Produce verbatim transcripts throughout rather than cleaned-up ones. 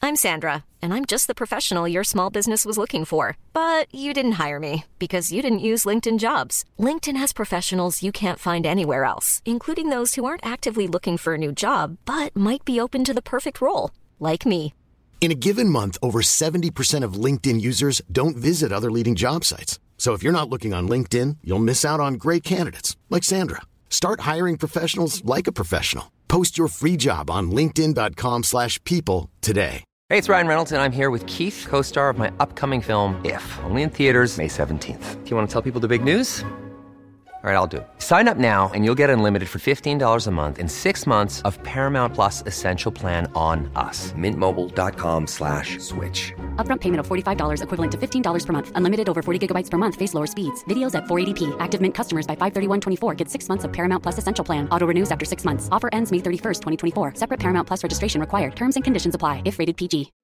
I'm Sandra, and I'm just the professional your small business was looking for. But you didn't hire me because you didn't use LinkedIn Jobs. LinkedIn has professionals you can't find anywhere else, including those who aren't actively looking for a new job, but might be open to the perfect role, like me. In a given month, over seventy percent of LinkedIn users don't visit other leading job sites. So if you're not looking on LinkedIn, you'll miss out on great candidates like Sandra. Start hiring professionals like a professional. Post your free job on linkedin.com slash people today. Hey, it's Ryan Reynolds, and I'm here with Keith, co-star of my upcoming film, If, only in theaters May seventeenth. Do you want to tell people the big news? All right, I'll do it. Sign up now and you'll get unlimited for fifteen dollars a month and six months of Paramount Plus Essential Plan on us. Mint Mobile dot com slash switch. Upfront payment of forty-five dollars equivalent to fifteen dollars per month. Unlimited over forty gigabytes per month. Face lower speeds. Videos at four eighty p. Active Mint customers by five thirty-one twenty-four get six months of Paramount Plus Essential Plan. Auto renews after six months. Offer ends May thirty-first, twenty twenty-four. Separate Paramount Plus registration required. Terms and conditions apply if rated P G.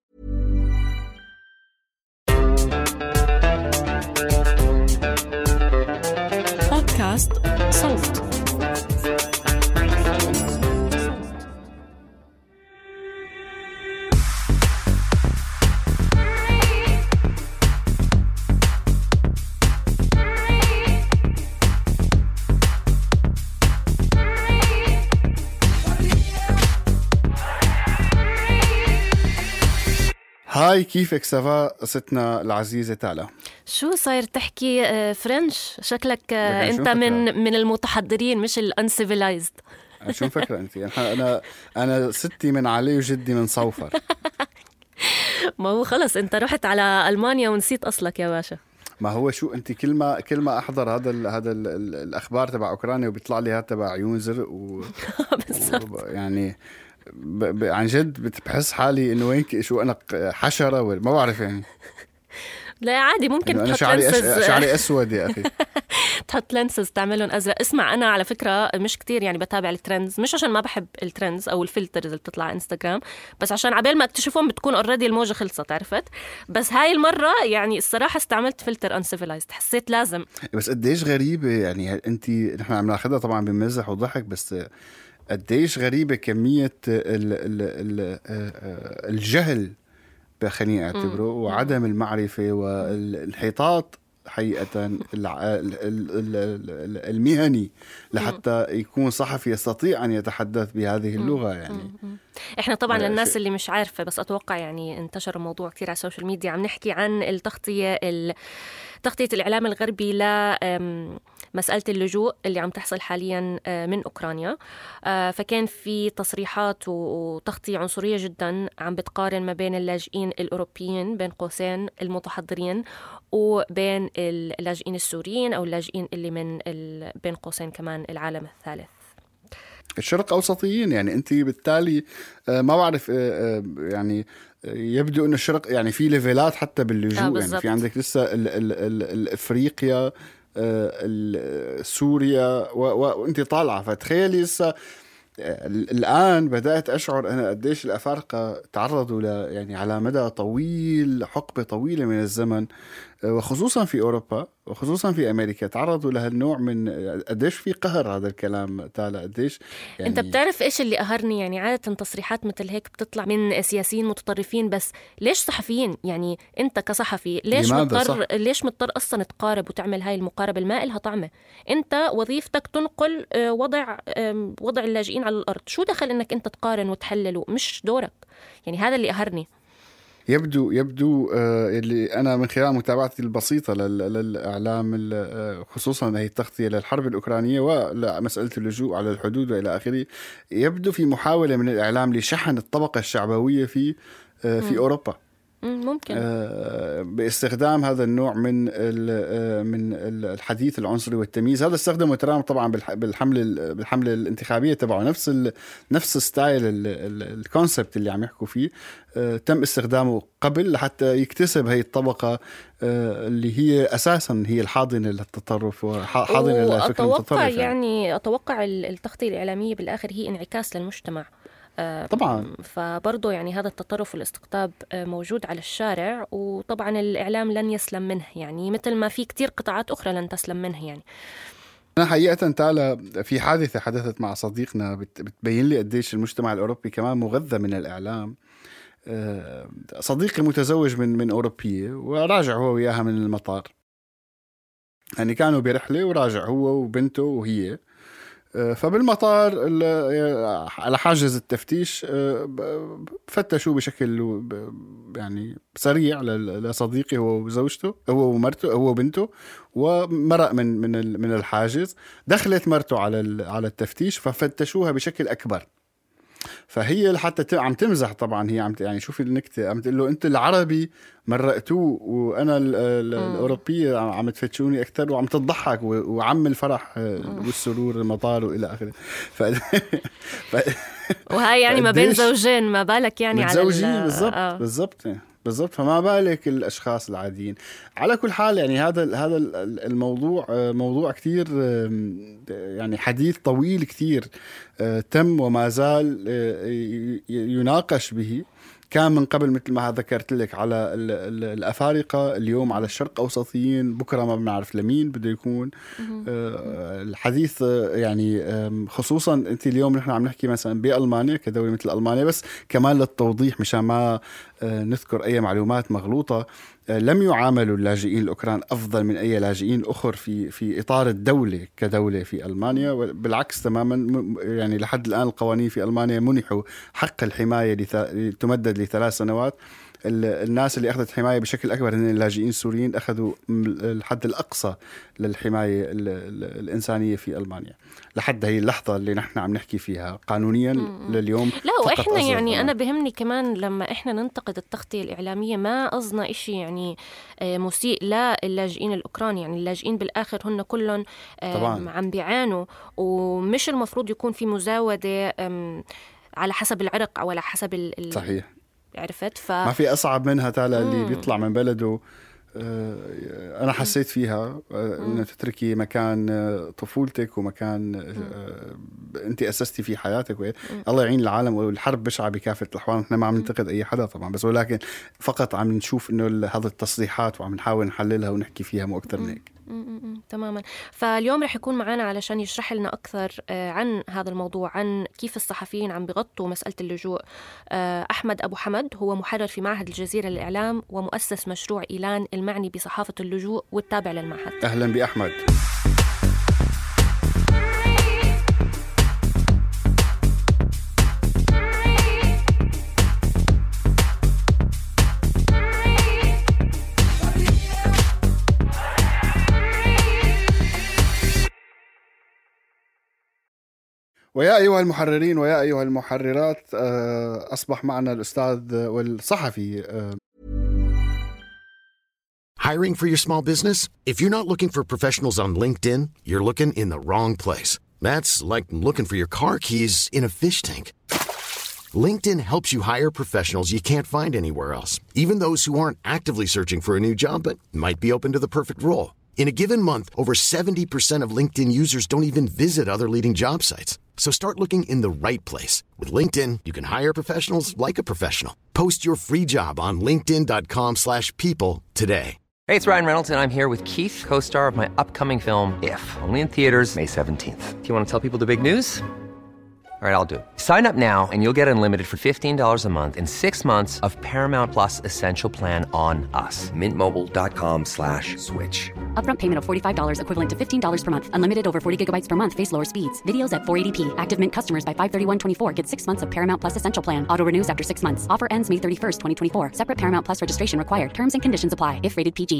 بودكاست صوت. هاي، كيفك؟ سافا قصتنا العزيزة تالا. شو صاير تحكي فرنش؟ شكلك انت من من المتحضرين مش الانسيفيلايزد. شو مفكرة انت؟ انا انا ستي من علي وجدي من صوفر. ما هو خلص انت رحت على ألمانيا ونسيت اصلك يا باشا. ما هو شو انت كل ما كل ما احضر هذا ال هذا ال الاخبار تبع اوكرانيا وبيطلع لي هذا تبع عيون زرق و... و... يعني ب... ب... عن جد بتحس حالي انه وين شو انا حشرة ولا ما بعرف يعني. لا عادي، ممكن تحط شعري لنسز شعري اسود يا اخي. تحط لنسز تعملهم ازرق. اسمع، انا على فكره مش كتير يعني بتابع الترندز، مش عشان ما بحب الترندز او الفلترز اللي بتطلع على انستغرام، بس عشان عبال ما اكتشفهم بتكون اوريدي الموجه خلصت، عرفت. بس هاي المره يعني الصراحه استعملت فلتر انسيفيلايزد، حسيت لازم. بس قديش غريبه يعني انت، نحن عم ناخذها طبعا بمزح وضحك، بس قديش غريبه كميه ال ال ال الجهل خليني اعتبره وعدم المعرفة والانحطاط حقيقة المهني لحتى يكون صحفي يستطيع أن يتحدث بهذه اللغة. يعني احنا طبعا للناس اللي مش عارفة، بس أتوقع يعني انتشر الموضوع كتير على السوشيال ميديا، عم نحكي عن التغطية تغطية الإعلام الغربي لمسألة اللجوء اللي عم تحصل حاليا من أوكرانيا. فكان في تصريحات وتغطية عنصرية جدا عم بتقارن ما بين اللاجئين الأوروبيين بين قوسين المتحضرين وبين اللاجئين السوريين أو اللاجئين اللي من بين قوسين كمان العالم الثالث، الشرق أوسطيين. يعني أنت بالتالي ما بعرف يعني يبدو أن الشرق يعني في ليفلات حتى باللجوء. آه يعني في عندك لسه ال ال ال الأفريقيا، سوريا، وأنت طالعة. فتخيلي لسه الآن بدأت أشعر أنا قديش الأفارقة تعرضوا ل يعني على مدى طويل، حقبة طويلة من الزمن، وخصوصا في أوروبا وخصوصا في أمريكا، تعرضوا لهالنوع من قديش في قهر. هذا الكلام تالا قديش يعني. أنت بتعرف إيش اللي قهرني؟ يعني عادة تصريحات مثل هيك بتطلع من سياسيين متطرفين، بس ليش صحفيين؟ يعني أنت كصحفي ليش مضطر ليش مضطر أصلا تقارب وتعمل هاي المقاربة اللي ما إلها طعمة؟ أنت وظيفتك تنقل وضع وضع اللاجئين على الأرض، شو دخل إنك أنت تقارن وتحلل؟ مش دورك. يعني هذا اللي قهرني. يبدو يبدو آه اللي أنا من خلال متابعتي البسيطة للإعلام، خصوصا هي التغطية للحرب الأوكرانية ومسألة اللجوء على الحدود وإلى آخره، يبدو في محاولة من الإعلام لشحن الطبقة الشعبوية في آه في م. أوروبا ممكن آه باستخدام هذا النوع من من الحديث العنصري والتمييز. هذا استخدمه ترامب طبعا بالحملة بالحملة الانتخابية تبعه، نفس نفس ستايل الكونسبت اللي عم يحكوا فيه آه تم استخدامه قبل لحتى يكتسب هي الطبقة آه اللي هي أساسا هي الحاضنة للتطرف وحاضنة للفكر المتطرف. يعني. يعني أتوقع التغطية الإعلامية بالآخر هي انعكاس للمجتمع طبعا. فبرضه يعني هذا التطرف والاستقطاب موجود على الشارع، وطبعا الإعلام لن يسلم منه، يعني مثل ما في كتير قطاعات أخرى لن تسلم منه. يعني أنا حقيقة تعالى في حادثة حدثت مع صديقنا بتبين لي قديش المجتمع الأوروبي كمان مغذى من الإعلام. صديقي متزوج من من أوروبية وراجع هو وياها من المطار، يعني كانوا برحلة وراجع هو وبنته وهي. فبالمطار على حاجز التفتيش فتشوا بشكل يعني سريع لصديقي هو وزوجته، هو ومرته، هو وبنته، ومرق من من من الحاجز. دخلت مرته على على التفتيش ففتشوها بشكل أكبر. فهي حتى عم تمزح طبعا، هي عم يعني شوفي النكتة، عم تقول له أنت العربي مرقتوه وأنا الأوروبية عم تفتشوني أكثر، وعم تضحك وعم الفرح والسرور المطار وإلى آخره. ف... ف... وهاي يعني ما بين زوجين، ما بالك يعني على الزوجين. بالضبط آه. بالضبط بالضبط. فما بالك الأشخاص العاديين. على كل حال يعني هذا هذا الموضوع موضوع كتير يعني حديث طويل كتير تم وما زال يناقش به. كان من قبل مثل ما ذكرت لك على الأفارقة، اليوم على الشرق أوسطيين، بكرة ما بنعرف لمين بده يكون الحديث. يعني خصوصا أنت اليوم نحن عم نحكي مثلا بألمانيا كدولة مثل ألمانيا، بس كمان للتوضيح مشان ما نذكر أي معلومات مغلوطة، لم يعاملوا اللاجئين الأوكران أفضل من أي لاجئين أخر في في إطار الدولة كدولة في ألمانيا. بالعكس تماما، يعني لحد الآن القوانين في ألمانيا منحوا حق الحماية تمدد لثلاث سنوات. الناس اللي أخذت حماية بشكل أكبر هن اللاجئين السوريين، أخذوا الحد الأقصى للحماية الإنسانية في ألمانيا لحد هي اللحظة اللي نحن عم نحكي فيها قانونيا لليوم. لا وإحنا يعني أنا بهمني كمان لما إحنا ننتقد التغطية الإعلامية ما قصنا إشي يعني مسيء لا اللاجئين الأوكران، يعني اللاجئين بالآخر هن كلهم عم بيعانوا، ومش المفروض يكون في مزاودة على حسب العرق أو على حسب ال صحيح. عرفت ف... ما في أصعب منها تالا اللي بيطلع من بلده. أنا حسيت فيها أن تتركي مكان طفولتك ومكان أنت أسستي فيه حياتك. الله يعين العالم، والحرب بشعة بكافة الأحوال. نحن ما عم ننتقد أي حدا طبعا، بس ولكن فقط عم نشوف أنه هذا التصريحات وعم نحاول نحللها ونحكي فيها مو أكتر من هيك. تماما. فاليوم رح يكون معنا علشان يشرح لنا أكثر عن هذا الموضوع، عن كيف الصحفيين عم بيغطوا مسألة اللجوء، أحمد أبو حمد. هو محرر في معهد الجزيرة للإعلام ومؤسس مشروع إيلان المعني بصحافة اللجوء والتابع للمعهد. أهلا بأحمد. ويا أيها المحررين ويا أيها المحررات، أصبح معنا الأستاذ والصحفي. Hiring for your small business? If you're not looking for professionals on LinkedIn, you're looking in the wrong place. That's like looking for your car keys in a fish tank. LinkedIn helps you hire professionals you can't find anywhere else, even those who aren't actively searching for a new job but might be open to the perfect role. In a given month, over seventy percent of LinkedIn users don't even visit other leading job sites. So start looking in the right place. With LinkedIn, you can hire professionals like a professional. Post your free job on linkedin dot com slash people today. Hey, it's Ryan Reynolds, and I'm here with Keith, co-star of my upcoming film, If, only in theaters May seventeenth. Do you want to tell people the big news? All right, I'll do it. Sign up now and you'll get unlimited for fifteen dollars a month and six months of Paramount Plus Essential Plan on us. mint mobile dot com slash switch. Upfront payment of forty-five dollars equivalent to fifteen dollars per month. Unlimited over forty gigabytes per month. Face lower speeds. Videos at four eighty p. Active Mint customers by five thirty-one twenty-four get six months of Paramount Plus Essential Plan. Auto renews after six months. Offer ends May thirty-first, twenty twenty-four. Separate Paramount Plus registration required. Terms and conditions apply if rated P G.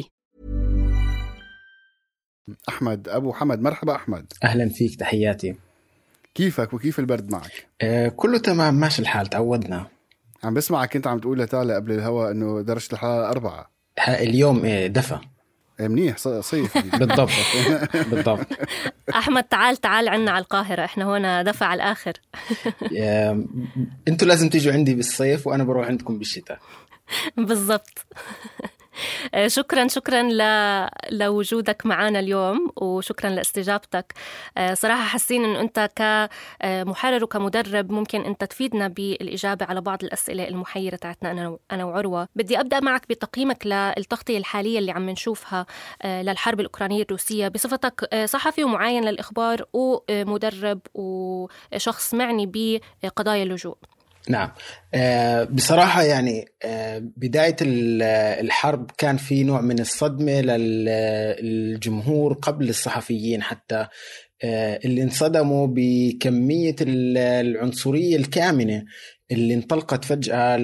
أحمد أبو حمد، مرحبا أحمد. أهلا فيك، تحياتي. كيفك وكيف البرد معك؟ آه كله تمام، ماشي الحال، تعودنا. عم بسمعك أنت عم تقول لتالي قبل الهواء إنه درجة الحرارة أربعة اليوم. إيه دفى منيح، صيف. بالضبط بالضبط. أحمد تعال تعال عنا على القاهرة، إحنا هنا دفع على الآخر. أنتوا لازم تيجوا عندي بالصيف وأنا بروح عندكم بالشتاء. بالضبط. شكرا شكرا ل... لوجودك معنا اليوم، وشكرا لاستجابتك. صراحة حاسين أن أنت كمحرر وكمدرب ممكن أنت تفيدنا بالإجابة على بعض الأسئلة المحيرة تاعتنا أنا أنا وعروة. بدي أبدأ معك بتقييمك للتغطية الحالية اللي عم نشوفها للحرب الأوكرانية الروسية بصفتك صحفي ومعاين للإخبار ومدرب وشخص معني بقضايا اللجوء. نعم. بصراحة يعني بداية الحرب كان في نوع من الصدمة للجمهور قبل الصحفيين حتى، اللي انصدموا بكمية العنصرية الكامنة اللي انطلقت فجأة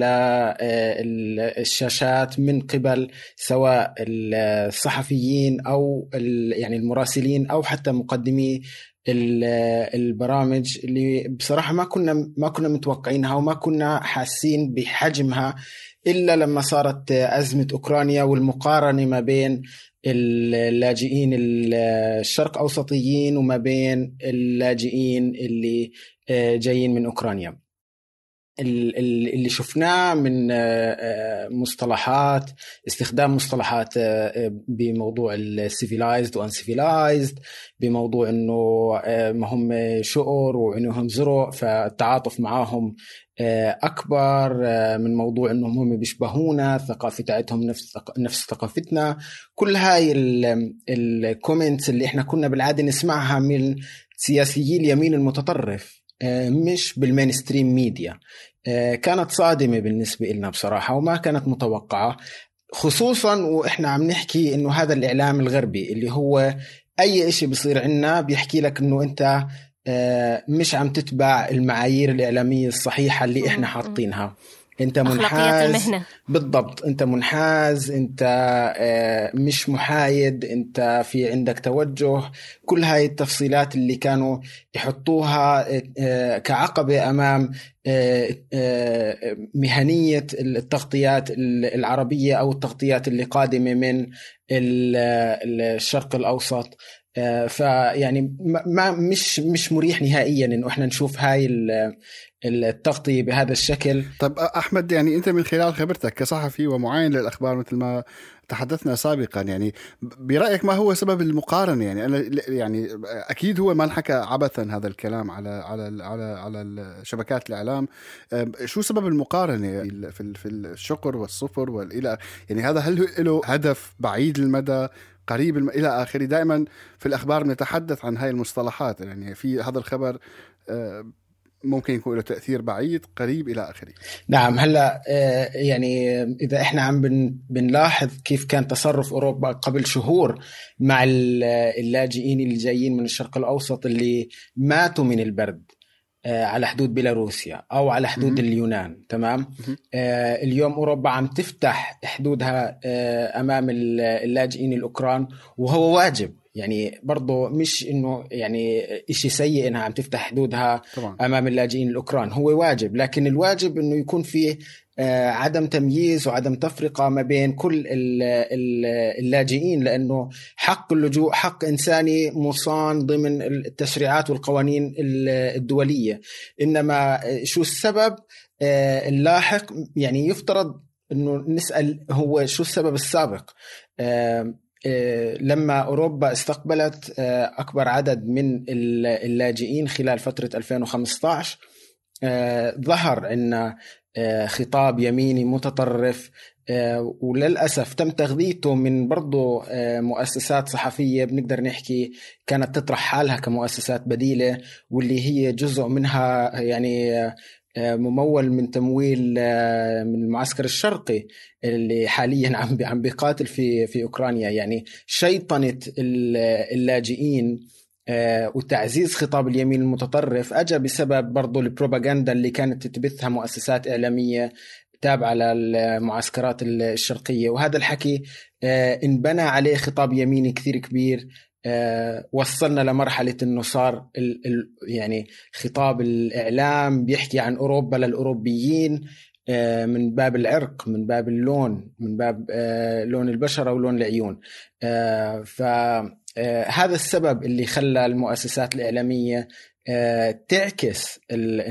للشاشات من قبل سواء الصحفيين أو يعني المراسلين أو حتى مقدمي البرامج، اللي بصراحة ما كنا ما كنا متوقعينها وما كنا حاسين بحجمها إلا لما صارت أزمة أوكرانيا والمقارنة ما بين اللاجئين الشرق أوسطيين وما بين اللاجئين اللي جايين من أوكرانيا. اللي شفناه من مصطلحات، استخدام مصطلحات بموضوع السيفيلايزد وانسيفيلايزد، بموضوع انه ما هم شؤر وعينهم زرق فالتعاطف معهم اكبر من موضوع انهم هم بيشبهونا، الثقافه تاعتهم نفس نفس ثقافتنا. كل هاي الكومنتس اللي احنا كنا بالعاده نسمعها من سياسيي اليمين المتطرف مش بالمينستريم ميديا، كانت صادمة بالنسبة لنا بصراحة وما كانت متوقعة، خصوصا وإحنا عم نحكي إنه هذا الإعلام الغربي اللي هو أي إشي بيصير عنا بيحكي لك إنه أنت مش عم تتبع المعايير الإعلامية الصحيحة اللي إحنا حاطينها، انت منحاز. بالضبط، انت منحاز، انت مش محايد، انت في عندك توجه. كل هاي التفصيلات اللي كانوا يحطوها كعقبة امام مهنية التغطيات العربية او التغطيات اللي قادمة من الشرق الاوسط. فيعني ما مش مش مريح نهائيا انه احنا نشوف هاي التغطية بهذا الشكل. طب أحمد، يعني أنت من خلال خبرتك كصحفي ومعاين للأخبار مثل ما تحدثنا سابقا، يعني برأيك ما هو سبب المقارنة؟ يعني أنا يعني أكيد هو ما انحكى عبثا هذا الكلام على على على على شبكات الإعلام. شو سبب المقارنة في في الشقر والصفر والإلى؟ يعني هذا هل له هدف بعيد المدى، قريب الم... إلى آخره؟ دائما في الأخبار نتحدث عن هاي المصطلحات، يعني في هذا الخبر ممكن يكون له تأثير بعيد، قريب، إلى آخره. نعم. هلأ يعني إذا إحنا عم بن... بنلاحظ كيف كان تصرف أوروبا قبل شهور مع اللاجئين اللي جايين من الشرق الأوسط اللي ماتوا من البرد على حدود بيلاروسيا أو على حدود م- اليونان، تمام. آه اليوم أوروبا عم تفتح حدودها آه أمام اللاجئين الأوكران، وهو واجب. يعني برضو مش إنه يعني إشي سيء إنها عم تفتح حدودها طبعا أمام اللاجئين الأوكران، هو واجب. لكن الواجب إنه يكون فيه آه عدم تمييز وعدم تفرقة ما بين كل اللاجئين، لأنه حق اللجوء حق إنساني مصان ضمن التشريعات والقوانين الدولية. إنما شو السبب آه اللاحق؟ يعني يفترض إنه نسأل هو شو السبب السابق. آه لما أوروبا استقبلت أكبر عدد من اللاجئين خلال فترة ألفين وخمسة عشر، ظهر أن خطاب يميني متطرف، وللأسف تم تغذيته من برضو مؤسسات صحفية بنقدر نحكي كانت تطرح حالها كمؤسسات بديلة، واللي هي جزء منها يعني ممول من تمويل من المعسكر الشرقي اللي حاليا عم عم بيقاتل في في اوكرانيا. يعني شيطنة اللاجئين وتعزيز خطاب اليمين المتطرف اجى بسبب برضو البروباغندا اللي كانت تتبثها مؤسسات اعلامية تابعة للمعسكرات الشرقية، وهذا الحكي انبنى عليه خطاب يميني كثير كبير. أه وصلنا لمرحلة إنه صار ال ال يعني خطاب الإعلام بيحكي عن أوروبا للأوروبيين أه من باب العرق، من باب اللون، من باب أه لون البشرة ولون العيون. أه فهذا السبب اللي خلى المؤسسات الإعلامية أه تعكس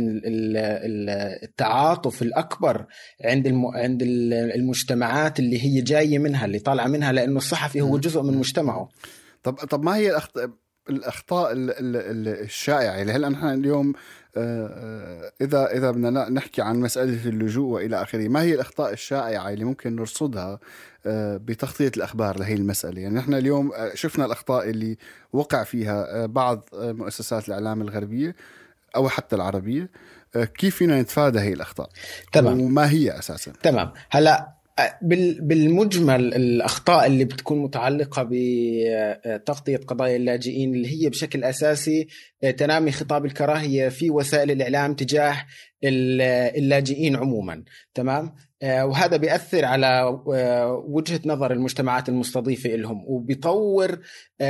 التعاطف الأكبر عند الم عند المجتمعات اللي هي جاية منها، اللي طالعة منها، لأنه الصحفي هو جزء من مجتمعه. طب طب ما هي الأخطاء الأخطاء الشائعة؟ يعني هل نحن اليوم إذا إذا بدنا نحكي عن مسألة اللجوء وإلى آخره، ما هي الأخطاء الشائعة اللي ممكن نرصدها بتغطية الأخبار لهي المسألة؟ يعني نحن اليوم شفنا الأخطاء اللي وقع فيها بعض مؤسسات الإعلام الغربية أو حتى العربية، كيف فينا نتفادى هي الأخطاء؟ تمام. وما هي أساسا؟ تمام. هلا بالمجمل الأخطاء اللي بتكون متعلقة بتغطية قضايا اللاجئين اللي هي بشكل أساسي تنامي خطاب الكراهية في وسائل الإعلام تجاه اللاجئين عموما. تمام. وهذا بيأثر على وجهة نظر المجتمعات المستضيفة لهم، وبيطور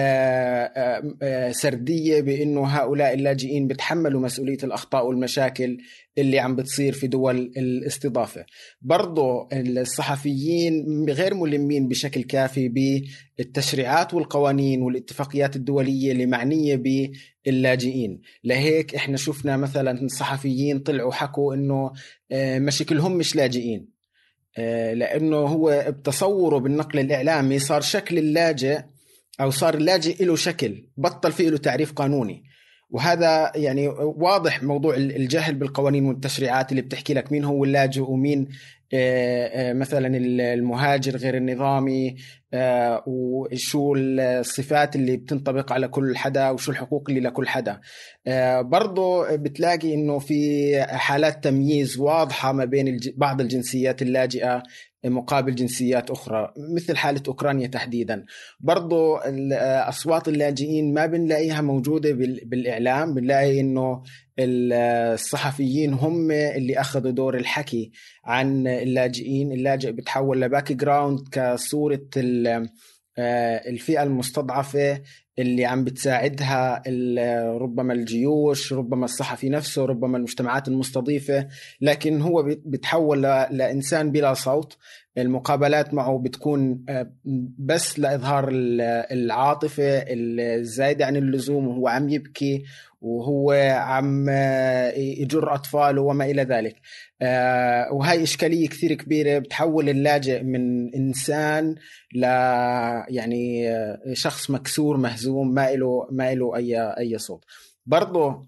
سردية بأنه هؤلاء اللاجئين بتحملوا مسؤولية الأخطاء والمشاكل اللي عم بتصير في دول الاستضافة. برضو الصحفيين غير ملمين بشكل كافي بالتشريعات والقوانين والاتفاقيات الدولية اللي معنية باللاجئين. لهيك احنا شفنا مثلا صحفيين طلعوا حكوا انه مشاكلهم مش لاجئين، لأنه هو بتصوره بالنقل الإعلامي صار شكل اللاجئ أو صار اللاجئ له شكل، بطل فيه له تعريف قانوني. وهذا يعني واضح موضوع الجهل بالقوانين والتشريعات اللي بتحكي لك مين هو اللاجئ ومين مثلا المهاجر غير النظامي، وشو الصفات اللي بتنطبق على كل حدا وشو الحقوق اللي لكل حدا. برضو بتلاقي انه في حالات تمييز واضحة ما بين بعض الجنسيات اللاجئة مقابل جنسيات أخرى، مثل حالة أوكرانيا تحديدا. برضو أصوات اللاجئين ما بنلاقيها موجودة بالإعلام، بنلاقي إنه الصحفيين هم اللي أخذوا دور الحكي عن اللاجئين. اللاجئ بتحول لباك جراوند كصورة الفئة المستضعفة اللي عم بتساعدها ربما الجيوش، ربما الصحفي نفسه، ربما المجتمعات المستضيفة، لكن هو بتحول لإنسان بلا صوت. المقابلات معه بتكون بس لإظهار العاطفة الزايدة عن اللزوم، وهو عم يبكي وهو عم يجر أطفاله وما إلى ذلك. وهي إشكالية كثير كبيرة، بتحول اللاجئ من إنسان ل يعني شخص مكسور مهزوم ما له ما له أي أي صوت. برضو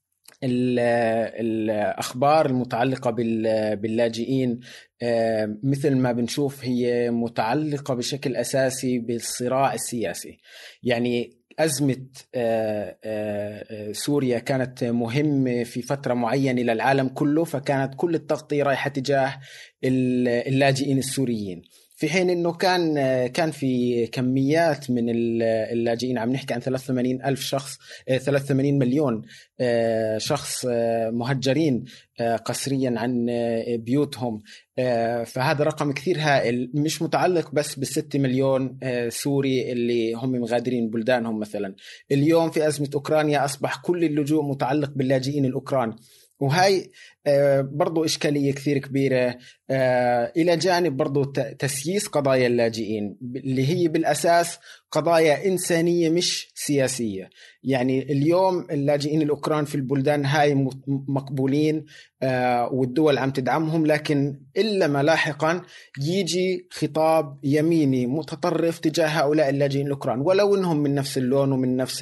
الأخبار المتعلقة باللاجئين مثل ما بنشوف هي متعلقة بشكل أساسي بالصراع السياسي. يعني أزمة سوريا كانت مهمة في فترة معينة للعالم كله، فكانت كل التغطية رايحة تجاه اللاجئين السوريين، في حين انه كان كان في كميات من اللاجئين، عم نحكي عن ثلاثة وثمانين ألف شخص، ثلاثة وثمانين مليون شخص مهجرين قسريا عن بيوتهم. فهذا رقم كثير هائل، مش متعلق بس بالستة مليون سوري اللي هم مغادرين بلدانهم. مثلا اليوم في أزمة أوكرانيا أصبح كل اللجوء متعلق باللاجئين الأوكران، وهاي برضو إشكالية كثير كبيرة، إلى جانب برضو تسييس قضايا اللاجئين اللي هي بالأساس قضايا إنسانية مش سياسية. يعني اليوم اللاجئين الأوكران في البلدان هاي مقبولين والدول عم تدعمهم، لكن إلا ما لاحقا يجي خطاب يميني متطرف تجاه هؤلاء اللاجئين الأوكران، ولو إنهم من نفس اللون ومن نفس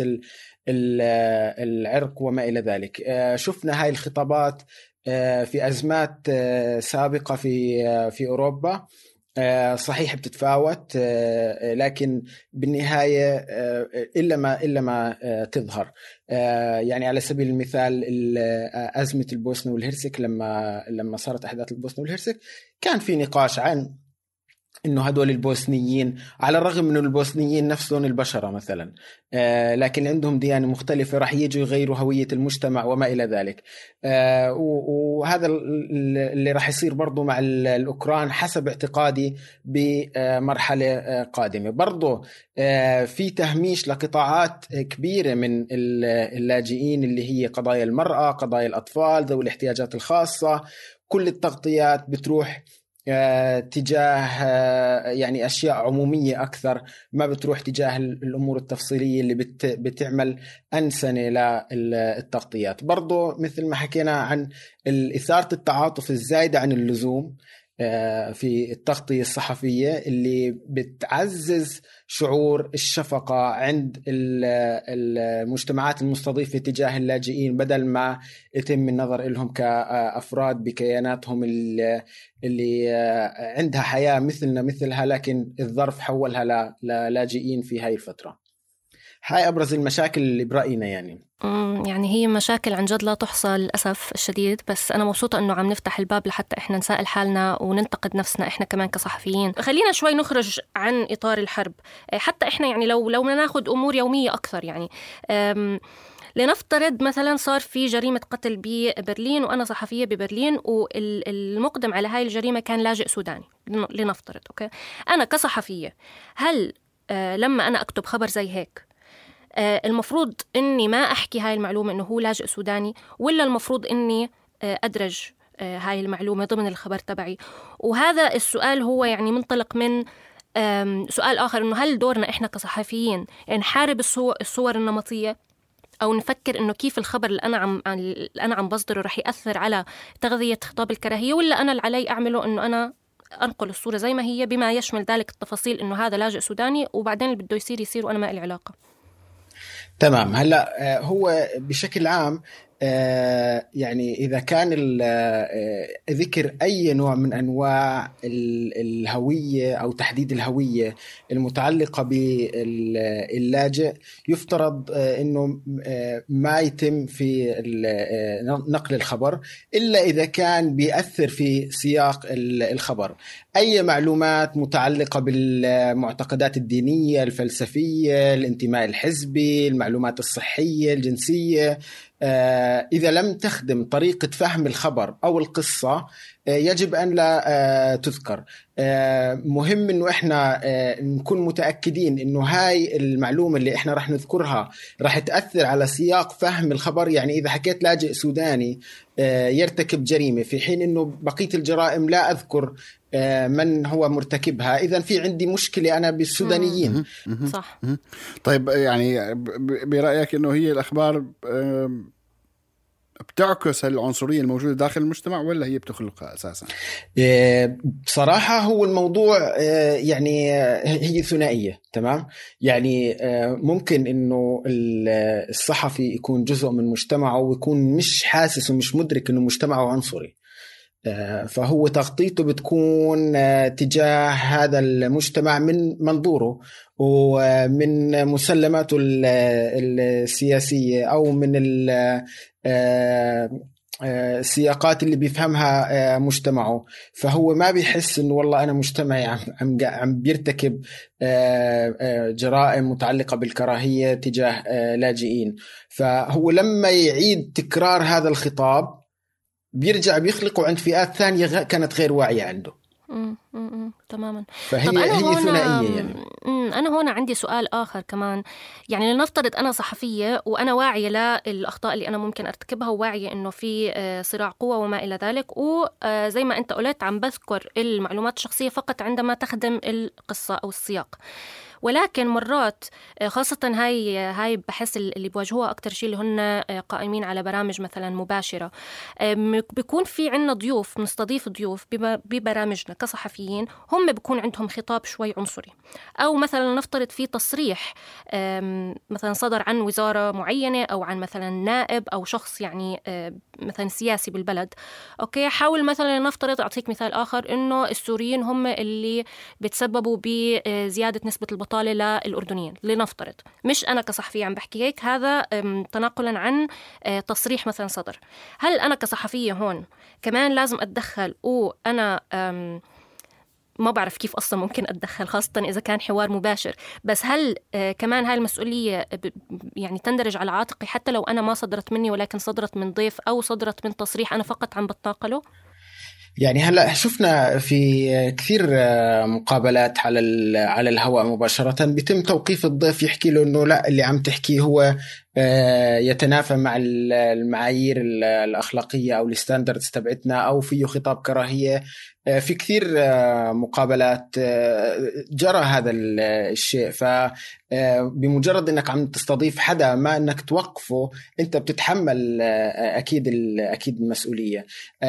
العرق وما إلى ذلك. شفنا هاي الخطابات في أزمات سابقة في في أوروبا، صحيح بتتفاوت، لكن بالنهاية إلا ما إلا ما تظهر. يعني على سبيل المثال أزمة البوسنة والهرسك، لما لما صارت أحداث البوسنة والهرسك كان في نقاش عن إنه هدول البوسنيين، على الرغم من البوسنيين نفسهم البشرة مثلا، آه لكن عندهم ديانة مختلفة، راح يجوا يغيروا هوية المجتمع وما إلى ذلك. آه وهذا اللي راح يصير برضو مع الأوكران حسب اعتقادي بمرحلة آه قادمة. برضو آه في تهميش لقطاعات كبيرة من اللاجئين اللي هي قضايا المرأة، قضايا الأطفال ذوي الاحتياجات الخاصة. كل التغطيات بتروح تجاه يعني أشياء عمومية أكثر، ما بتروح تجاه الأمور التفصيلية اللي بت بتعمل أنسنة للتغطيات. برضو مثل ما حكينا عن إثارة التعاطف الزايدة عن اللزوم في التغطية الصحفية اللي بتعزز شعور الشفقة عند المجتمعات المستضيفة تجاه اللاجئين، بدل ما يتم النظر إلهم كأفراد بكياناتهم اللي عندها حياة مثلنا مثلها، لكن الظرف حولها للاجئين في هاي الفترة. هاي أبرز المشاكل اللي برأينا يعني. يعني هي مشاكل عن جد لا تحصى للأسف الشديد، بس أنا مبسوطة أنه عم نفتح الباب لحتى إحنا نسائل حالنا وننتقد نفسنا إحنا كمان كصحفيين. خلينا شوي نخرج عن إطار الحرب، حتى إحنا يعني لو لو ناخد أمور يومية أكثر. يعني لنفترض مثلا صار في جريمة قتل ببرلين وأنا صحفية ببرلين، والمقدم على هاي الجريمة كان لاجئ سوداني، لنفترض أوكي. أنا كصحفية هل لما أنا أكتب خبر زي هيك المفروض إني ما أحكي هاي المعلومة إنه هو لاجئ سوداني، ولا المفروض إني أدرج هاي المعلومة ضمن الخبر تبعي؟ وهذا السؤال هو يعني منطلق من سؤال آخر، إنه هل دورنا إحنا كصحفيين نحارب الصور النمطية، أو نفكر إنه كيف الخبر اللي أنا عم اللي أنا عم بصدره رح يأثر على تغذية خطاب الكراهية، ولا أنا اللي علي أعمله إنه أنا أنقل الصورة زي ما هي بما يشمل ذلك التفاصيل إنه هذا لاجئ سوداني، وبعدين اللي بده يصير يصير وأنا ما لي علاقة. تمام. هلا هو بشكل عام يعني إذا كان ذكر أي نوع من أنواع الهوية أو تحديد الهوية المتعلقة باللاجئ، يفترض أنه ما يتم في نقل الخبر إلا إذا كان بيأثر في سياق الخبر. أي معلومات متعلقة بالمعتقدات الدينية، الفلسفية، الانتماء الحزبي، المعلومات الصحية، الجنسية، إذا لم تخدم طريقة فهم الخبر أو القصة يجب أن لا تذكر. مهم إنه إحنا نكون متأكدين إنه هاي المعلومة اللي إحنا رح نذكرها رح تأثر على سياق فهم الخبر. يعني إذا حكيت لاجئ سوداني يرتكب جريمة في حين إنه بقية الجرائم لا أذكر من هو مرتكبها، إذن في عندي مشكلة أنا بالسودانيين. صح. طيب يعني برأيك إنه هي الأخبار بتعكس العنصرية الموجودة داخل المجتمع ولا هي بتخلقها أساسا؟ بصراحة هو الموضوع يعني هي ثنائية. تمام. يعني ممكن إنه الصحفي يكون جزء من مجتمعه ويكون مش حاسس ومش مدرك إنه مجتمعه عنصري، فهو تغطيته بتكون تجاه هذا المجتمع من منظوره ومن مسلماته السياسية أو من السياقات اللي بيفهمها مجتمعه. فهو ما بيحس إنه والله أنا مجتمعي عم عم بيرتكب جرائم متعلقة بالكراهية تجاه لاجئين. فهو لما يعيد تكرار هذا الخطاب بيرجع بيخلقوا عند فئات ثانية كانت غير واعية عنده. مم مم تماما. فهي هي ثنائية يعني. أنا هنا عندي سؤال آخر كمان. يعني لنفترض أنا صحفية وأنا واعية للأخطاء اللي أنا ممكن أرتكبها، وواعية إنه في صراع قوة وما إلى ذلك، وزي ما أنت قلت عم بذكر المعلومات الشخصية فقط عندما تخدم القصة أو السياق. ولكن مرات خاصة هاي هاي بحس اللي بواجهوها أكتر شيء اللي هن قائمين على برامج مثلا مباشرة، بيكون في عنا ضيوف، نستضيف ضيوف ببرامجنا كصحفيين هم بيكون عندهم خطاب شوي عنصري، أو مثلا نفترض في تصريح مثلا صدر عن وزارة معينة أو عن مثلا نائب أو شخص يعني مثلا سياسي بالبلد. أوكي، حاول مثلا نفترض أعطيك مثال آخر إنه السوريين هم اللي بتسببوا بزيادة نسبة البطالة للأردنيين، لنفترض. مش أنا كصحفية عم بحكي هيك، هذا تناقلا عن تصريح مثلا صدر. هل أنا كصحفية هون كمان لازم أتدخل؟ وأنا ما بعرف كيف أصلا ممكن أتدخل، خاصة إذا كان حوار مباشر. بس هل كمان هاي المسؤولية يعني تندرج على عاتقي حتى لو أنا ما صدرت مني ولكن صدرت من ضيف أو صدرت من تصريح أنا فقط عم بتناقله؟ يعني هلا شفنا في كثير مقابلات على على الهواء مباشرة بيتم توقيف الضيف يحكي له إنه لا، اللي عم تحكيه هو يتنافى مع المعايير الأخلاقية أو الستاندردز تبعتنا، أو فيه خطاب كراهية. في كثير مقابلات جرى هذا الشيء. فبمجرد أنك عم تستضيف حدا ما أنك توقفه، أنت بتتحمل أكيد أكيد المسؤولية.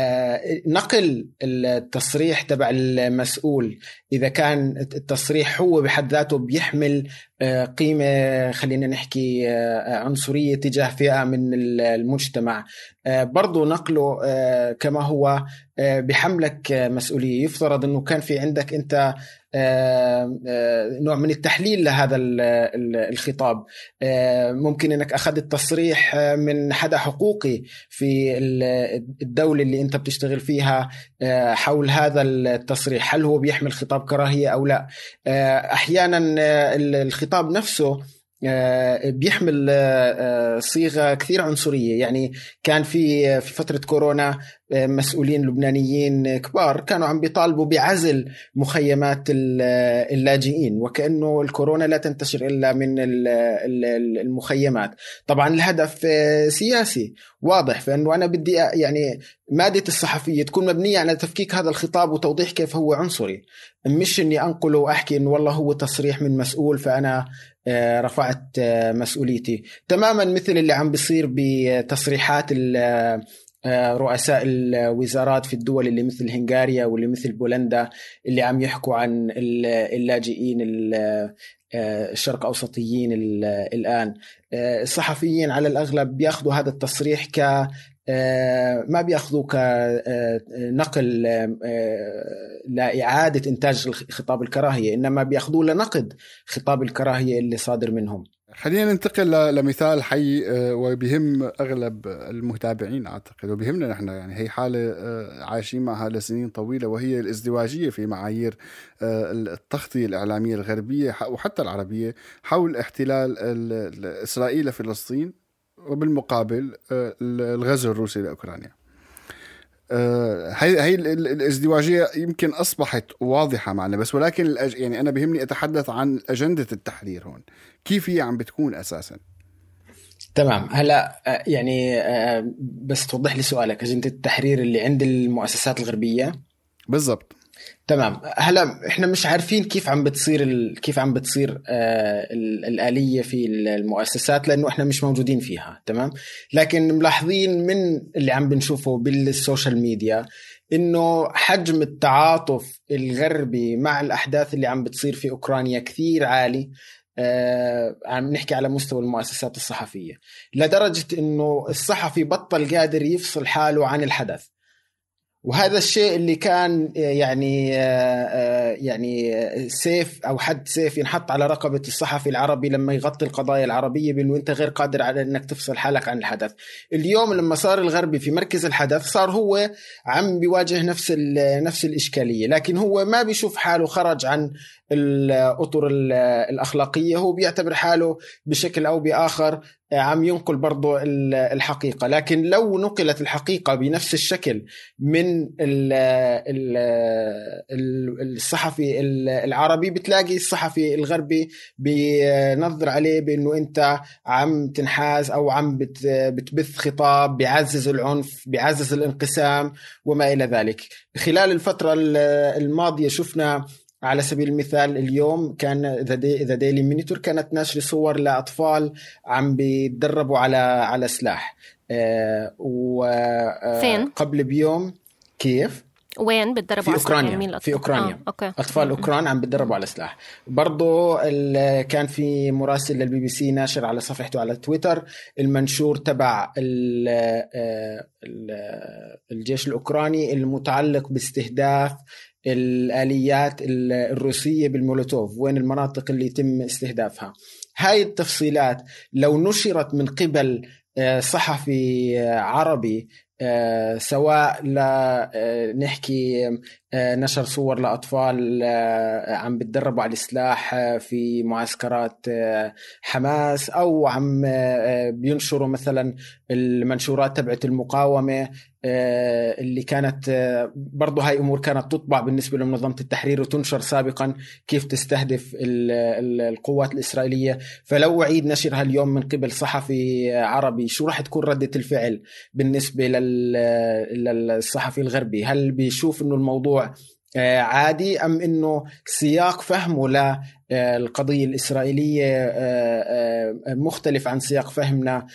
نقل التصريح تبع المسؤول إذا كان التصريح هو بحد ذاته بيحمل قيمة، خلينا نحكي عنصرية تجاه فئة من المجتمع. برضو نقله كما هو بحملك مسؤولية. يفترض أنه كان في عندك أنت نوع من التحليل لهذا الخطاب. ممكن أنك أخذت تصريح من حدا حقوقي في الدولة اللي أنت بتشتغل فيها حول هذا التصريح، هل هو بيحمل خطاب كراهية أو لا. أحيانا الخطاب نفسه بيحمل صيغة كثير عنصرية. يعني كان في في فترة كورونا مسؤولين لبنانيين كبار كانوا عم بيطالبوا بعزل مخيمات اللاجئين، وكأنه الكورونا لا تنتشر إلا من المخيمات. طبعا الهدف سياسي واضح، فإنه أنا بدي يعني مادة الصحفية تكون مبنية على تفكيك هذا الخطاب وتوضيح كيف هو عنصري، مش إني أنقله وأحكي إنه والله هو تصريح من مسؤول فأنا رفعت مسؤوليتي. تماما مثل اللي عم بيصير بتصريحات رؤساء الوزارات في الدول اللي مثل هنغاريا واللي مثل بولندا، اللي عم يحكوا عن اللاجئين الشرق أوسطيين الآن. الصحفيين على الأغلب بياخذوا هذا التصريح ك ما بياخذوه كنقل لإعادة إنتاج خطاب الكراهية، إنما بياخذوه لنقد خطاب الكراهية اللي صادر منهم. خلينا ننتقل لمثال حي وبيهم أغلب المتابعين أعتقد وبيهمنا نحن. يعني هي حالة عايشين معها لسنين طويلة، وهي الازدواجية في معايير التغطية الإعلامية الغربية وحتى العربية حول احتلال إسرائيل فلسطين، وبالمقابل الغزو الروسي لأوكرانيا. هاي هاي الازدواجية يمكن أصبحت واضحة معنا، بس ولكن الأج... يعني أنا بهمني أتحدث عن أجندة التحرير هون، كيف هي عم بتكون أساسا؟ تمام. هلا يعني بس توضح لي سؤالك، أجندة التحرير اللي عند المؤسسات الغربية بالضبط. تمام. هلا احنا مش عارفين كيف عم بتصير ال... كيف عم بتصير آه الآلية في المؤسسات، لأنه احنا مش موجودين فيها. تمام. لكن ملاحظين من اللي عم بنشوفه بالسوشيال ميديا إنه حجم التعاطف الغربي مع الأحداث اللي عم بتصير في أوكرانيا كثير عالي. آه عم نحكي على مستوى المؤسسات الصحفية، لدرجة إنه الصحفي بطل قادر يفصل حاله عن الحدث. وهذا الشيء اللي كان يعني يعني سيف أو حد سيف ينحط على رقبة الصحفي العربي لما يغطي القضايا العربية، بأنه أنت غير قادر على أنك تفصل حالك عن الحدث. اليوم لما صار الغربي في مركز الحدث، صار هو عم بيواجه نفس نفس الإشكالية، لكن هو ما بيشوف حاله خرج عن الأطر الأخلاقية. هو بيعتبر حاله بشكل أو بآخر عم ينقل برضو الحقيقة. لكن لو نقلت الحقيقة بنفس الشكل من الصحفي العربي، بتلاقي الصحفي الغربي بينظر عليه بأنه أنت عم تنحاز أو عم بتبث خطاب بيعزز العنف، بيعزز الانقسام وما إلى ذلك. خلال الفترة الماضية شفنا على سبيل المثال اليوم كان ذا ديلي مينيتور كانت ناشر صور لأطفال عم بيتدربوا على على سلاح. آه وقبل بيوم كيف وين بتدربوا في أوكرانيا؟ في أوكرانيا. آه، أطفال أوكران عم بتدربوا على سلاح. برضو كان في مراسل للبي بي سي ناشر على صفحته على تويتر المنشور تبع الجيش الأوكراني المتعلق باستهداف الآليات الروسية بالمولوتوف، وين المناطق اللي يتم استهدافها. هاي التفصيلات لو نشرت من قبل صحفي عربي، سواء لنحكي نشر صور لأطفال عم بتدربوا على السلاح في معسكرات حماس، أو عم بينشروا مثلا المنشورات تبعت المقاومة اللي كانت برضو، هاي أمور كانت تطبع بالنسبة لمنظمة التحرير وتنشر سابقا كيف تستهدف القوات الإسرائيلية. فلو أعيد نشرها اليوم من قبل صحفي عربي، شو راح تكون ردة الفعل بالنسبة للصحفي الغربي؟ هل بيشوف إنه الموضوع عادي أم إنه سياق فهمه للقضية الإسرائيلية مختلف عن سياق فهمنا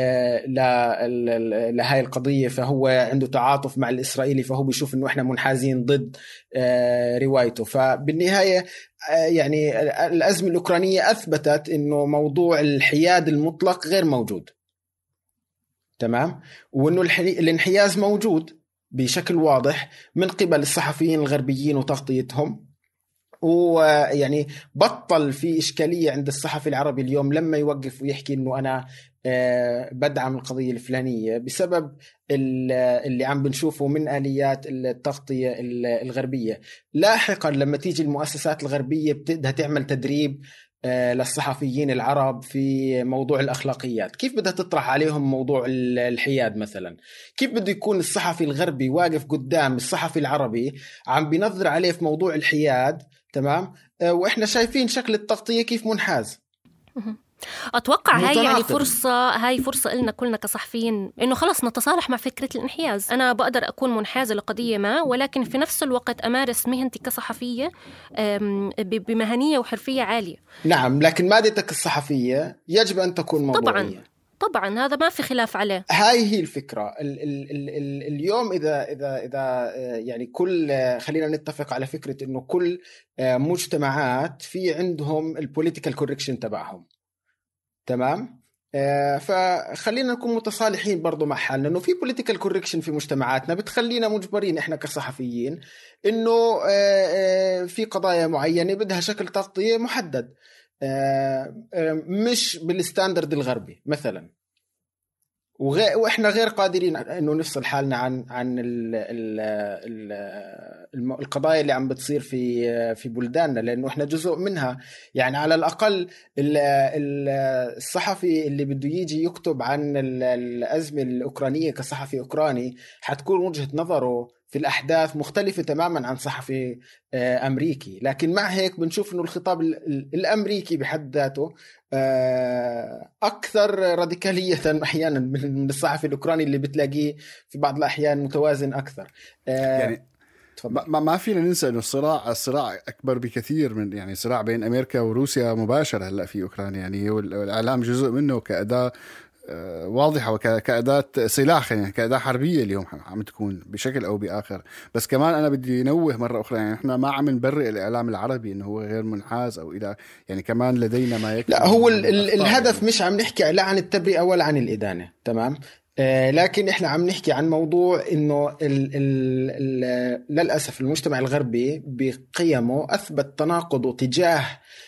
لهاي القضية، فهو عنده تعاطف مع الإسرائيلي فهو بيشوف إنه إحنا منحازين ضد روايته. فبالنهاية يعني الأزمة الأوكرانية أثبتت إنه موضوع الحياد المطلق غير موجود، تمام، وإنه الانحياز موجود بشكل واضح من قبل الصحفيين الغربيين وتغطيتهم. ويعني بطل في إشكالية عند الصحفي العربي اليوم لما يوقف ويحكي إنه أنا بدعم القضية الفلانية بسبب اللي عم بنشوفه من آليات التغطية الغربية. لاحقا لما تيجي المؤسسات الغربية بدها تعمل تدريب للصحفيين العرب في موضوع الأخلاقيات، كيف بدها تطرح عليهم موضوع الحياد مثلا، كيف بده يكون الصحفي الغربي واقف قدام الصحفي العربي عم بينظر عليه في موضوع الحياد، تمام، وإحنا شايفين شكل التغطية كيف منحاز. أتوقع هاي يعني فرصة هاي فرصة لنا كلنا كصحفيين إنه خلص نتصالح مع فكرة الانحياز. أنا بقدر أكون منحازة لقضية ما، ولكن في نفس الوقت أمارس مهنتي كصحفية بمهنية وحرفية عالية. نعم، لكن مادتك الصحفية يجب أن تكون موضوعية. طبعا طبعا هذا ما في خلاف عليه. هاي هي الفكرة. ال ال ال ال اليوم إذا إذا إذا يعني كل خلينا نتفق على فكرة إنه كل مجتمعات في عندهم البوليتيكال كوركشن تبعهم، تمام. آه فخلينا نكون متصالحين برضو مع حالنا انه في political correction في مجتمعاتنا بتخلينا مجبرين احنا كصحفيين انه آه آه في قضايا معينة بدها شكل تغطية محدد، آه آه مش بالستاندرد الغربي مثلا، وغير واحنا غير قادرين انه نفصل حالنا عن عن ال ال ال القضايا اللي عم بتصير في في بلداننا، لانه احنا جزء منها. يعني على الاقل الصحفي اللي بده يجي يكتب عن الازمه الاوكرانيه كصحفي اوكراني حتكون وجهه نظره في الأحداث مختلفة تماما عن صحفي أمريكي، لكن مع هيك بنشوف أنه الخطاب الأمريكي بحد ذاته أكثر راديكالية أحيانا من الصحفي الأوكراني اللي بتلاقيه في بعض الأحيان متوازن أكثر. يعني ما ما فينا ننسى إنه الصراع الصراع أكبر بكثير من يعني صراع بين أمريكا وروسيا مباشرة هلا في أوكرانيا، يعني والإعلام جزء منه كأداة واضحة وكأداة سلاح، يعني كأداة حربية اليوم عم تكون بشكل أو بآخر. بس كمان أنا بدي نوه مرة أخرى، يعني إحنا ما عم نبرئ الإعلام العربي إنه هو غير منحاز أو إلى، يعني كمان لدينا ما يكفي. لا، هو ال ال الهدف يعني مش عم نحكي لا عن التبرئة ولا عن الإدانة، تمام، آه لكن إحنا عم نحكي عن موضوع إنه ال ال ال للأسف المجتمع الغربي بقيمه أثبت تناقض تجاه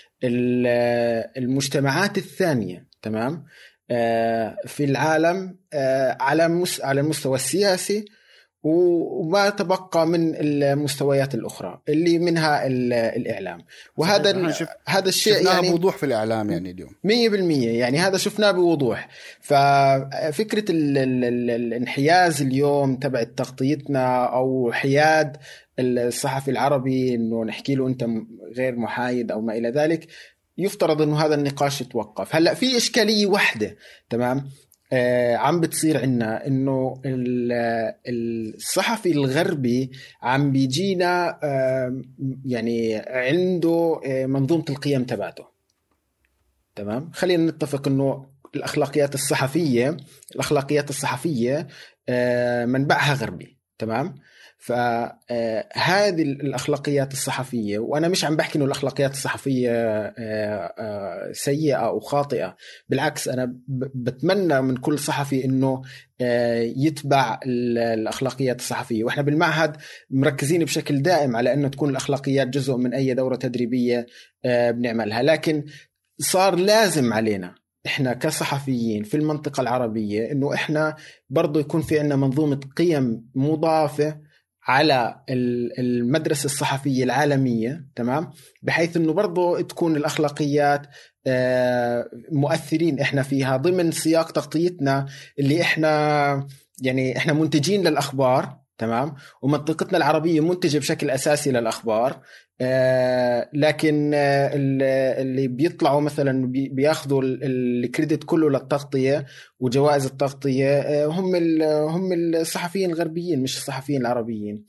المجتمعات الثانية، تمام، في العالم على على المستوى السياسي، وما تبقى من المستويات الأخرى اللي منها الإعلام. وهذا هذا الشيء يعني بوضوح في الإعلام يعني اليوم مية بالمية، يعني هذا شفناه بوضوح. ففكرة الانحياز اليوم تبع تغطيتنا أو حياد الصحفي العربي إنه نحكي له أنت غير محايد أو ما إلى ذلك، يفترض انه هذا النقاش يتوقف. هلا في اشكاليه واحده، تمام، آه عم بتصير عنا انه الصحفي الغربي عم بيجينا آه يعني عنده آه منظومه القيم تبعته، تمام. خلينا نتفق انه الاخلاقيات الصحفيه الاخلاقيات الصحفيه آه منبعها غربي، تمام. فهذه الأخلاقيات الصحفية، وأنا مش عم بحكي إنه الأخلاقيات الصحفية سيئة أو خاطئة، بالعكس أنا بتمنى من كل صحفي إنه يتبع الأخلاقيات الصحفية، وإحنا بالمعهد مركزين بشكل دائم على أنه تكون الأخلاقيات جزء من أي دورة تدريبية بنعملها. لكن صار لازم علينا إحنا كصحفيين في المنطقة العربية إنه إحنا برضو يكون في عنا منظومة قيم مضافة على المدرسة الصحفية العالمية، تمام، بحيث أنه برضو تكون الأخلاقيات مؤثرين إحنا فيها ضمن سياق تغطيتنا اللي إحنا يعني إحنا منتجين للأخبار، تمام، ومنطقتنا العربية منتجة بشكل أساسي للأخبار. آه لكن آه اللي بيطلعوا مثلا بياخذوا الكريدت كله للتغطية وجوائز التغطية آه هم هم الصحفيين الغربيين مش الصحفيين العربيين.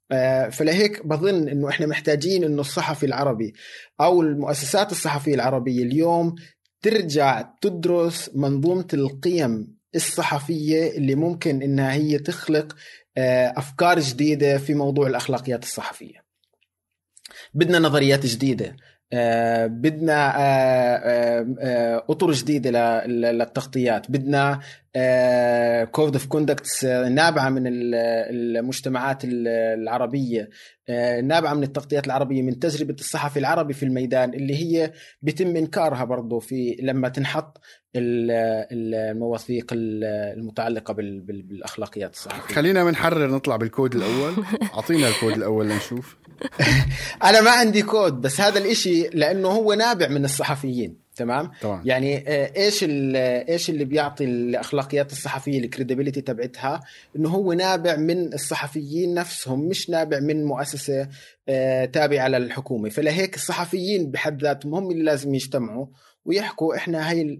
فلهيك بظن إنه إحنا محتاجين إنه الصحفي العربي أو المؤسسات الصحفية العربية اليوم ترجع تدرس منظومة القيم الصحفية اللي ممكن إنها هي تخلق أفكار جديدة في موضوع الأخلاقيات الصحفية. بدنا نظريات جديدة، آه بدنا آه آه أطر جديدة للتغطيات، بدنا كود اوف كوندكتس نابعة من المجتمعات العربية، آه نابعة من التغطيات العربية، من تجربة الصحفي العربي في الميدان اللي هي بيتم إنكارها برضو في لما تنحط المواثيق المتعلقة بالأخلاقيات الصحفية. خلينا منحرر نطلع بالكود الأول. أعطينا الكود الأول لنشوف. أنا ما عندي كود، بس هذا الإشي لأنه هو نابع من الصحفيين. تمام طبعا. يعني ايش ايش اللي بيعطي الاخلاقيات الصحفيه الكريديبيليتي تبعتها؟ انه هو نابع من الصحفيين نفسهم، مش نابع من مؤسسه تابعه للحكومه. فلهيك الصحفيين بحد ذاتهم هم اللي لازم يجتمعوا ويحكوا احنا هاي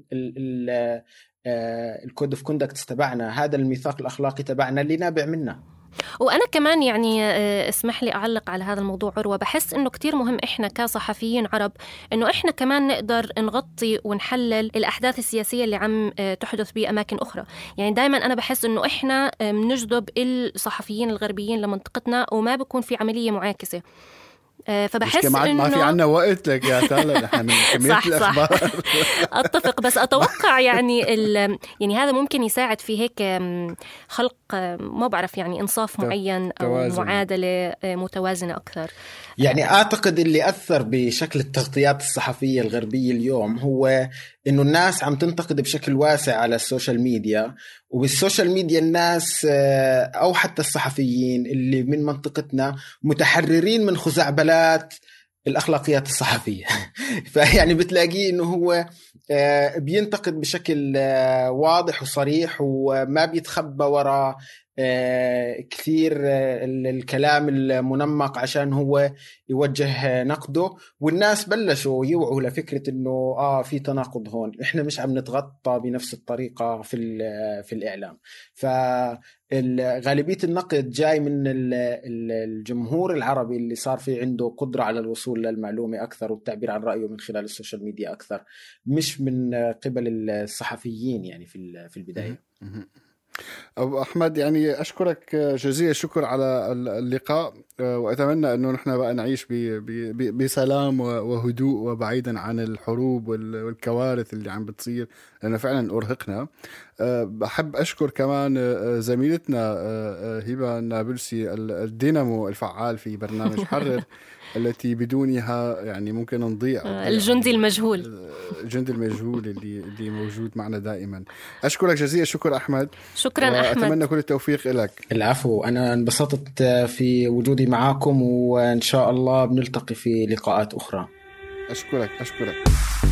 الكود اوف كوندكتس تبعنا، هذا الميثاق الاخلاقي تبعنا اللي نابع منه. وأنا كمان يعني اسمح لي أعلق على هذا الموضوع عروة، بحس إنه كتير مهم إحنا كصحفيين عرب إنه إحنا كمان نقدر نغطي ونحلل الأحداث السياسية اللي عم تحدث بأماكن أخرى. يعني دايما أنا بحس إنه إحنا بنجذب الصحفيين الغربيين لمنطقتنا وما بيكون في عملية معاكسة. فبحس إنه ما في عنا وقت لك يا تالا نحن من كمية الأخبار. أتفق، بس أتوقع يعني يعني هذا ممكن يساعد في هيك خلق ما بعرف يعني إنصاف معين أو توازن. معادلة متوازنة أكثر. يعني أعتقد اللي أثر بشكل التغطيات الصحفية الغربية اليوم هو إنه الناس عم تنتقد بشكل واسع على السوشيال ميديا، وبالسوشيال ميديا الناس أو حتى الصحفيين اللي من منطقتنا متحررين من خزعبلات الأخلاقيات الصحفية. فيعني بتلاقيه إنه هو بينتقد بشكل واضح وصريح وما بيتخبى وراء كثير الكلام المنمق عشان هو يوجه نقده. والناس بلشوا يوعوا لفكرة إنه آه في تناقض هون، إحنا مش عم نتغطى بنفس الطريقة في في الإعلام. فغالبية النقد جاي من الجمهور العربي اللي صار في عنده قدرة على الوصول للمعلومة أكثر والتعبير عن رأيه من خلال السوشيال ميديا أكثر، مش من قبل الصحفيين يعني في في البداية. أبو أحمد، يعني أشكرك جزيل الشكر على اللقاء، وأتمنى أنه نحن بقى نعيش بسلام وهدوء وبعيدا عن الحروب والكوارث اللي عم بتصير، لأنه فعلا أرهقنا. بحب أشكر كمان زميلتنا هبة النابلسي الدينامو الفعال في برنامج حرر، التي بدونها يعني ممكن نضيع. الجندي المجهول الجندي المجهول اللي اللي موجود معنا دائما. أشكرك جزيل الشكر أحمد. شكرا أحمد، أتمنى كل التوفيق لك. العفو، أنا انبسطت في وجودي معاكم، وإن شاء الله بنلتقي في لقاءات أخرى. أشكرك أشكرك